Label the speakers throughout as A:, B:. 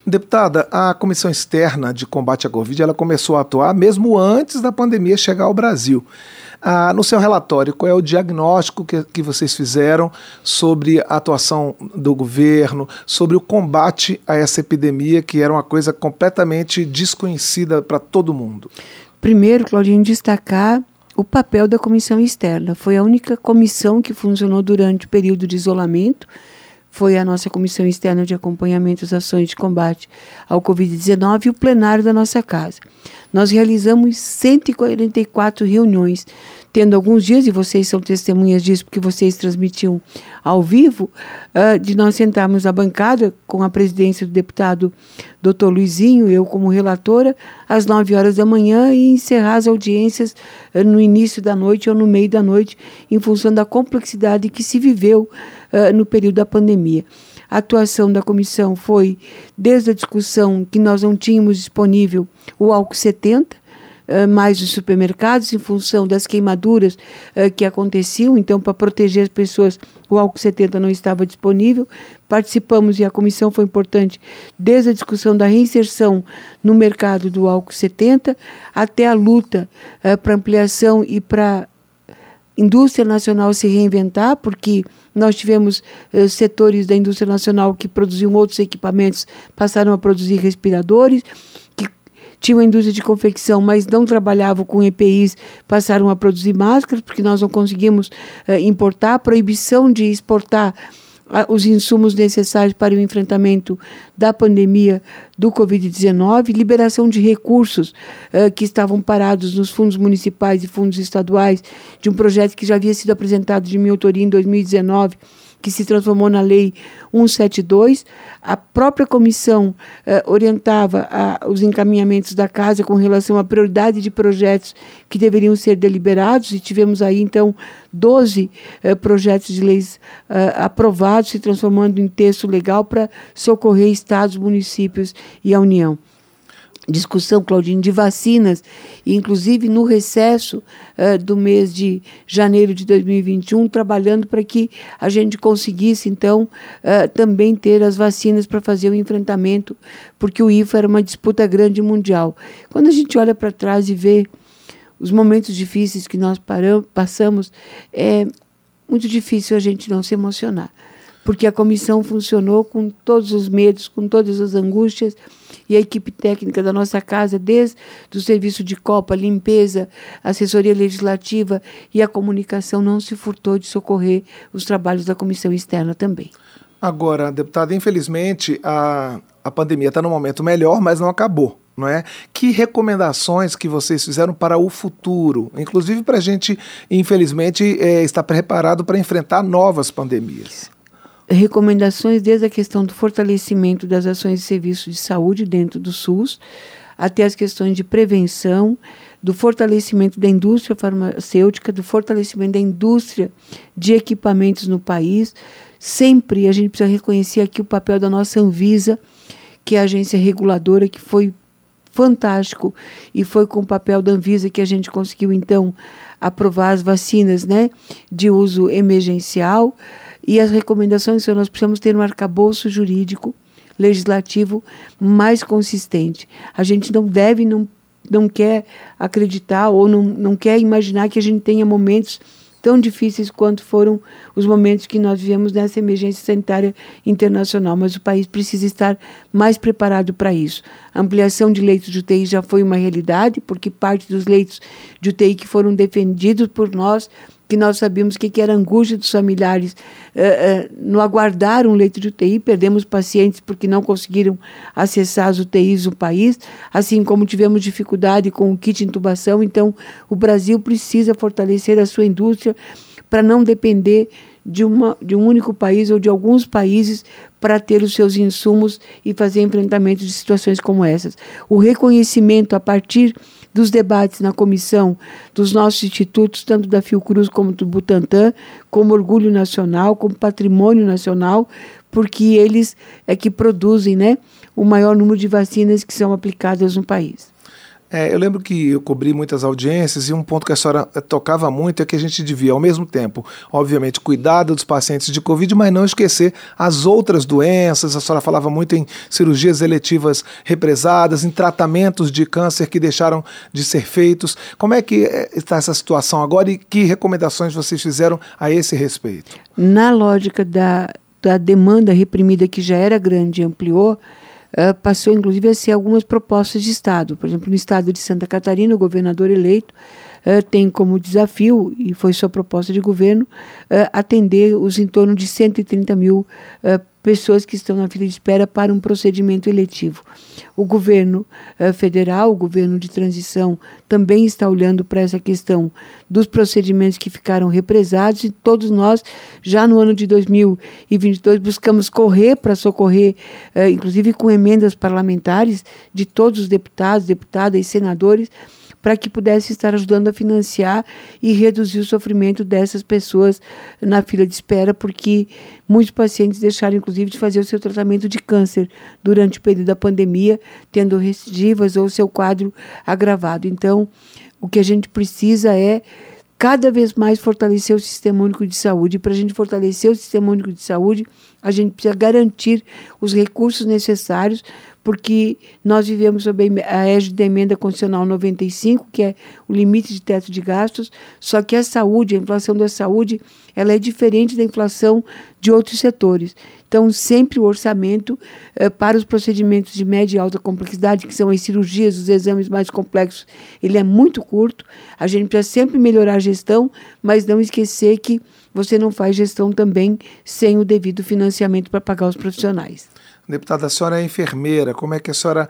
A: Deputada, a Comissão Externa de Combate à Covid ela começou a atuar mesmo antes da pandemia chegar ao Brasil. No seu relatório, qual é o diagnóstico que vocês fizeram sobre a atuação do governo, sobre o combate a essa epidemia, que era uma coisa completamente desconhecida para todo mundo?
B: Primeiro, Claudinho, destacar o papel da Comissão Externa. Foi a única comissão que funcionou durante o período de isolamento. Foi a nossa Comissão Externa de Acompanhamento das Ações de Combate ao Covid-19 e o plenário da nossa casa. Nós realizamos 144 reuniões, tendo alguns dias, e vocês são testemunhas disso, porque vocês transmitiam ao vivo, de nós sentarmos na bancada com a presidência do deputado Dr. Luizinho, eu como relatora, às 9 horas da manhã e encerrar as audiências no início da noite ou no meio da noite, em função da complexidade que se viveu no período da pandemia. A atuação da comissão foi desde a discussão que nós não tínhamos disponível o álcool 70, mais os supermercados, em função das queimaduras que aconteciam. Então, para proteger as pessoas, o álcool 70 não estava disponível. Participamos, e a comissão foi importante, desde a discussão da reinserção no mercado do álcool 70, até a luta para ampliação e para indústria nacional se reinventar, porque nós tivemos setores da indústria nacional que produziam outros equipamentos, passaram a produzir respiradores, que tinham a indústria de confecção, mas não trabalhavam com EPIs, passaram a produzir máscaras, porque nós não conseguimos importar, proibição de exportar os insumos necessários para o enfrentamento da pandemia do Covid-19, liberação de recursos que estavam parados nos fundos municipais e fundos estaduais, de um projeto que já havia sido apresentado de minha autoria em 2019, que se transformou na Lei 172. A própria comissão orientava os encaminhamentos da Casa com relação à prioridade de projetos que deveriam ser deliberados, e tivemos aí, então, 12 projetos de leis aprovados, se transformando em texto legal para socorrer estados, municípios e a União. Discussão, Claudinho, de vacinas, inclusive no recesso do mês de janeiro de 2021, trabalhando para que a gente conseguisse, então, também ter as vacinas para fazer o enfrentamento, porque o IFA era uma disputa grande mundial. Quando a gente olha para trás e vê os momentos difíceis que nós passamos, é muito difícil a gente não se emocionar, porque a comissão funcionou com todos os medos, com todas as angústias, e a equipe técnica da nossa casa, desde o serviço de copa, limpeza, assessoria legislativa e a comunicação, não se furtou de socorrer os trabalhos da comissão externa também.
A: Agora, deputada, infelizmente a pandemia está num momento melhor, mas não acabou, não é? Que recomendações que vocês fizeram para o futuro, inclusive para a gente, infelizmente, estar preparado para enfrentar novas pandemias?
B: Recomendações desde a questão do fortalecimento das ações de serviço de saúde dentro do SUS, até as questões de prevenção, do fortalecimento da indústria farmacêutica, do fortalecimento da indústria de equipamentos no país. Sempre a gente precisa reconhecer aqui o papel da nossa Anvisa, que é a agência reguladora, que foi fantástico, e foi com o papel da Anvisa que a gente conseguiu, então, aprovar as vacinas, né, de uso emergencial. E as recomendações são: nós precisamos ter um arcabouço jurídico, legislativo mais consistente. A gente não quer acreditar ou não quer imaginar que a gente tenha momentos tão difíceis quanto foram os momentos que nós vivemos nessa emergência sanitária internacional, mas o país precisa estar mais preparado para isso. A ampliação de leitos de UTI já foi uma realidade, porque parte dos leitos de UTI que foram defendidos por nós, que nós sabíamos que era a angústia dos familiares no aguardar um leito de UTI, perdemos pacientes porque não conseguiram acessar as UTIs do país, assim como tivemos dificuldade com o kit de intubação. Então, o Brasil precisa fortalecer a sua indústria para não depender de um único país ou de alguns países para ter os seus insumos e fazer enfrentamento de situações como essas. O reconhecimento a partir dos debates na comissão dos nossos institutos, tanto da Fiocruz como do Butantan, como orgulho nacional, como patrimônio nacional, porque eles é que produzem, né, o maior número de vacinas que são aplicadas no país.
A: Eu lembro que eu cobri muitas audiências e um ponto que a senhora tocava muito é que a gente devia, ao mesmo tempo, obviamente, cuidar dos pacientes de Covid, mas não esquecer as outras doenças. A senhora falava muito em cirurgias eletivas represadas, em tratamentos de câncer que deixaram de ser feitos. Como é que está essa situação agora e que recomendações vocês fizeram a esse respeito?
B: Na lógica da demanda reprimida, que já era grande e ampliou, passou inclusive a ser algumas propostas de Estado. Por exemplo, no estado de Santa Catarina, o governador eleito tem como desafio, e foi sua proposta de governo, atender os em torno de 130 mil pessoas que estão na fila de espera para um procedimento eletivo. O governo federal, o governo de transição, também está olhando para essa questão dos procedimentos que ficaram represados, e todos nós, já no ano de 2022, buscamos correr para socorrer, inclusive com emendas parlamentares de todos os deputados, deputadas e senadores, para que pudesse estar ajudando a financiar e reduzir o sofrimento dessas pessoas na fila de espera, porque muitos pacientes deixaram, inclusive, de fazer o seu tratamento de câncer durante o período da pandemia, tendo recidivas ou seu quadro agravado. Então, o que a gente precisa é cada vez mais fortalecer o Sistema Único de Saúde. Para a gente fortalecer o Sistema Único de Saúde, a gente precisa garantir os recursos necessários, porque nós vivemos sob a égide da Emenda Constitucional 95, que é o limite de teto de gastos, só que a saúde, a inflação da saúde, ela é diferente da inflação de outros setores. Então, sempre o orçamento para os procedimentos de média e alta complexidade, que são as cirurgias, os exames mais complexos, ele é muito curto. A gente precisa sempre melhorar a gestão, mas não esquecer que você não faz gestão também sem o devido financiamento para pagar os profissionais.
A: Deputada, a senhora é enfermeira, como é que a senhora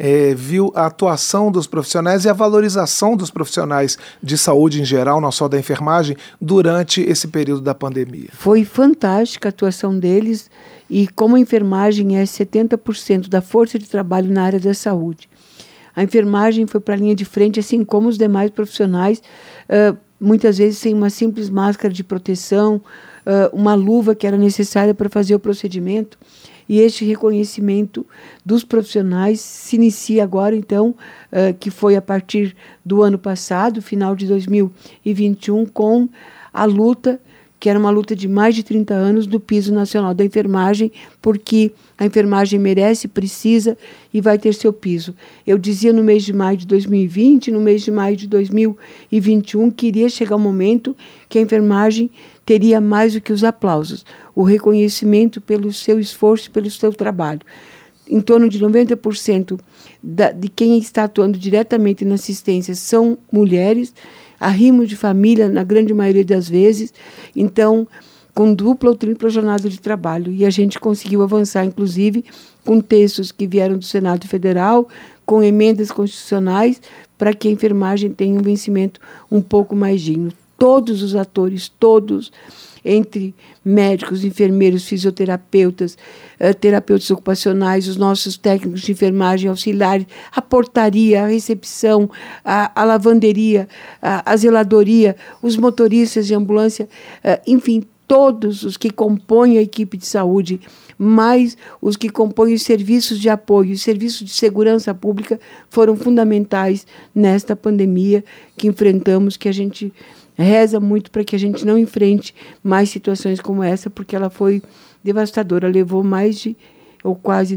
A: viu a atuação dos profissionais e a valorização dos profissionais de saúde em geral, não só da enfermagem, durante esse período da pandemia?
B: Foi fantástica a atuação deles, e como a enfermagem é 70% da força de trabalho na área da saúde, a enfermagem foi para a linha de frente, assim como os demais profissionais, muitas vezes sem uma simples máscara de proteção, uma luva que era necessária para fazer o procedimento. E este reconhecimento dos profissionais se inicia agora, então, que foi a partir do ano passado, final de 2021, com a luta, que era uma luta de mais de 30 anos, do Piso Nacional da Enfermagem, porque a enfermagem merece, precisa e vai ter seu piso. Eu dizia no mês de maio de 2020, no mês de maio de 2021, que iria chegar um momento que a enfermagem teria mais do que os aplausos, o reconhecimento pelo seu esforço e pelo seu trabalho. Em torno de 90% de quem está atuando diretamente na assistência são mulheres, arrimo de família, na grande maioria das vezes, então, com dupla ou tripla jornada de trabalho. E a gente conseguiu avançar, inclusive, com textos que vieram do Senado Federal, com emendas constitucionais, para que a enfermagem tenha um vencimento um pouco mais digno. Todos os atores, todos, entre médicos, enfermeiros, fisioterapeutas, terapeutas ocupacionais, os nossos técnicos de enfermagem auxiliares, a portaria, a recepção, a lavanderia, a zeladoria, os motoristas de ambulância, enfim, todos os que compõem a equipe de saúde, mais os que compõem os serviços de apoio, os serviços de segurança pública, foram fundamentais nesta pandemia que enfrentamos, que a gente reza muito para que a gente não enfrente mais situações como essa, porque ela foi devastadora, levou mais de, ou quase,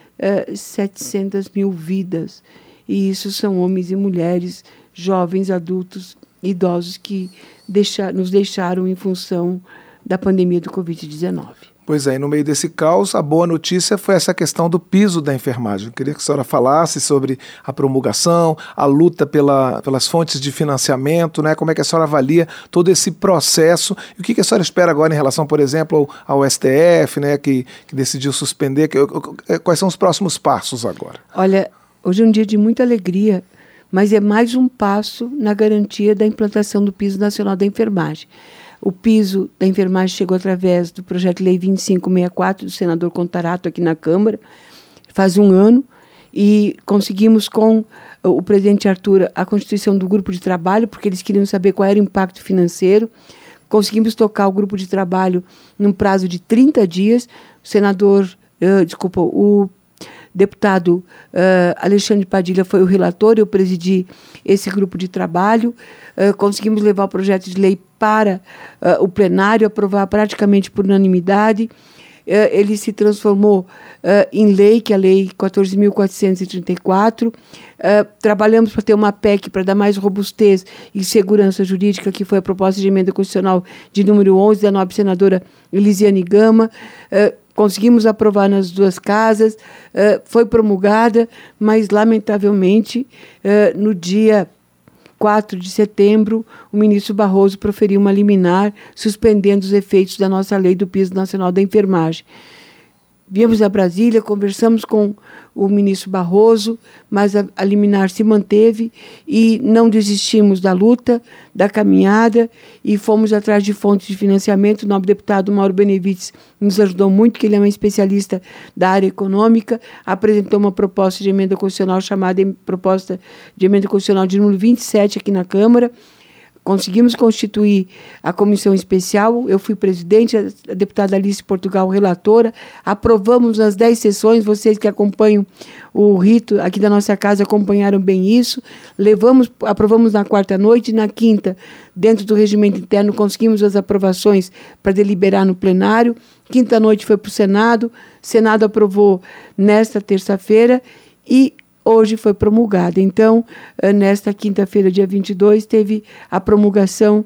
B: 700 mil vidas. E isso são homens e mulheres, jovens, adultos, idosos, que nos deixaram em função da pandemia do Covid-19.
A: Pois é, e no meio desse caos, a boa notícia foi essa questão do piso da enfermagem. Eu queria que a senhora falasse sobre a promulgação, a luta pelas fontes de financiamento, né? Como é que a senhora avalia todo esse processo e o que a senhora espera agora em relação, por exemplo, ao STF, né, que decidiu suspender. Quais são os próximos passos agora?
B: Olha, hoje é um dia de muita alegria, mas é mais um passo na garantia da implantação do Piso Nacional da Enfermagem. O piso da enfermagem chegou através do projeto de lei 2564 do senador Contarato aqui na Câmara, faz um ano, e conseguimos com o presidente Arthur a constituição do grupo de trabalho, porque eles queriam saber qual era o impacto financeiro. Conseguimos tocar o grupo de trabalho num prazo de 30 dias. O deputado Alexandre Padilha foi o relator, eu presidi esse grupo de trabalho, conseguimos levar o projeto de lei para o plenário, aprovar praticamente por unanimidade. Ele se transformou em lei, que é a Lei 14.434. Trabalhamos para ter uma PEC para dar mais robustez e segurança jurídica, que foi a proposta de emenda constitucional de número 11 da nobre senadora Elisiane Gama. Conseguimos aprovar nas duas casas, foi promulgada, mas, lamentavelmente, no dia 4 de setembro, o ministro Barroso proferiu uma liminar suspendendo os efeitos da nossa lei do Piso Nacional da Enfermagem. Viemos a Brasília, conversamos com o ministro Barroso, mas a liminar se manteve e não desistimos da luta, da caminhada e fomos atrás de fontes de financiamento. O nobre deputado Mauro Benevides nos ajudou muito, que ele é um especialista da área econômica, apresentou uma proposta de emenda constitucional chamada proposta de emenda constitucional de número 27 aqui na Câmara. Conseguimos constituir a comissão especial, eu fui presidente, a deputada Alice Portugal relatora, aprovamos nas 10 sessões, vocês que acompanham o rito aqui da nossa casa acompanharam bem isso, aprovamos na quarta noite, e na quinta, dentro do regimento interno, conseguimos as aprovações para deliberar no plenário, quinta noite foi para o Senado aprovou nesta terça-feira e hoje foi promulgada. Então, nesta quinta-feira, dia 22, teve a promulgação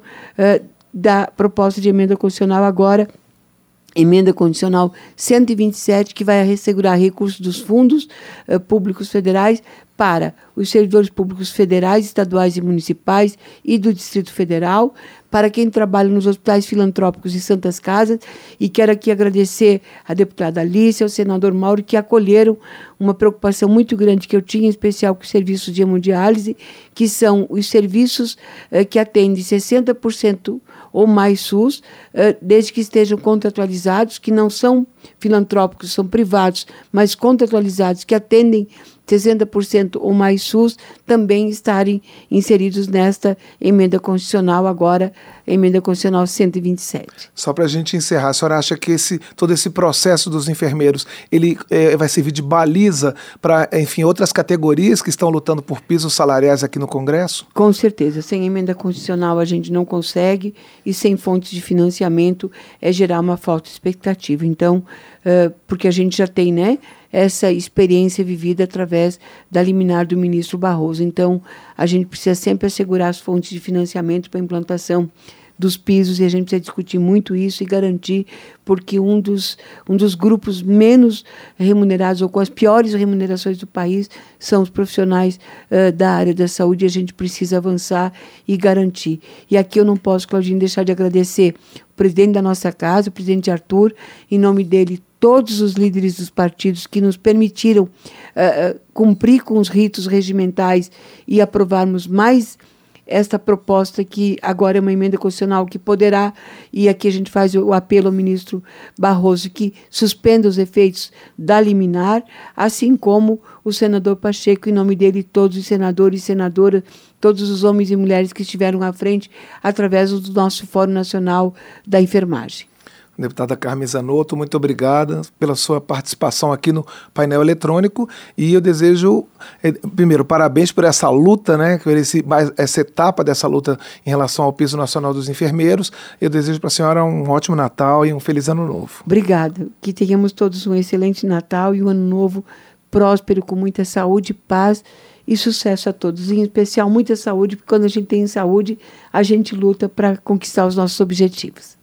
B: da proposta de emenda constitucional agora, emenda constitucional 127, que vai assegurar recursos dos fundos públicos federais para os servidores públicos federais, estaduais e municipais e do Distrito Federal, para quem trabalha nos hospitais filantrópicos e santas casas, e quero aqui agradecer a deputada Alice, ao senador Mauro, que acolheram uma preocupação muito grande que eu tinha, em especial com os serviços de hemodiálise, que são os serviços que atendem 60% ou mais SUS, desde que estejam contratualizados, que não são filantrópicos, são privados, mas contratualizados, que atendem 60% ou mais SUS, também estarem inseridos nesta emenda constitucional, agora emenda constitucional 127.
A: Só para a gente encerrar, a senhora acha que todo esse processo dos enfermeiros, ele vai servir de baliza para, enfim, outras categorias que estão lutando por pisos salariais aqui no Congresso?
B: Com certeza. Sem emenda constitucional a gente não consegue, e sem fontes de financiamento é gerar uma falta de expectativa. Então, porque a gente já tem, né, essa experiência vivida através da liminar do ministro Barroso. Então, a gente precisa sempre assegurar as fontes de financiamento para a implantação dos pisos, e a gente precisa discutir muito isso e garantir, porque um dos grupos menos remunerados ou com as piores remunerações do país são os profissionais da área da saúde, e a gente precisa avançar e garantir. E aqui eu não posso, Claudinho, deixar de agradecer o presidente da nossa casa, o presidente Arthur, em nome dele, todos os líderes dos partidos que nos permitiram cumprir com os ritos regimentais e aprovarmos mais esta proposta, que agora é uma emenda constitucional que poderá, e aqui a gente faz o apelo ao ministro Barroso, que suspenda os efeitos da liminar, assim como o senador Pacheco, em nome dele, todos os senadores e senadoras, todos os homens e mulheres que estiveram à frente, através do nosso Fórum Nacional da Enfermagem.
A: Deputada Carmen Zanotto, muito obrigada pela sua participação aqui no painel eletrônico, e eu desejo, primeiro, parabéns por essa luta, né, por essa etapa dessa luta em relação ao piso nacional dos enfermeiros. Eu desejo para a senhora um ótimo Natal e um feliz Ano Novo.
B: Obrigada. Que tenhamos todos um excelente Natal e um Ano Novo próspero, com muita saúde, paz e sucesso a todos. Em especial, muita saúde, porque quando a gente tem saúde, a gente luta para conquistar os nossos objetivos.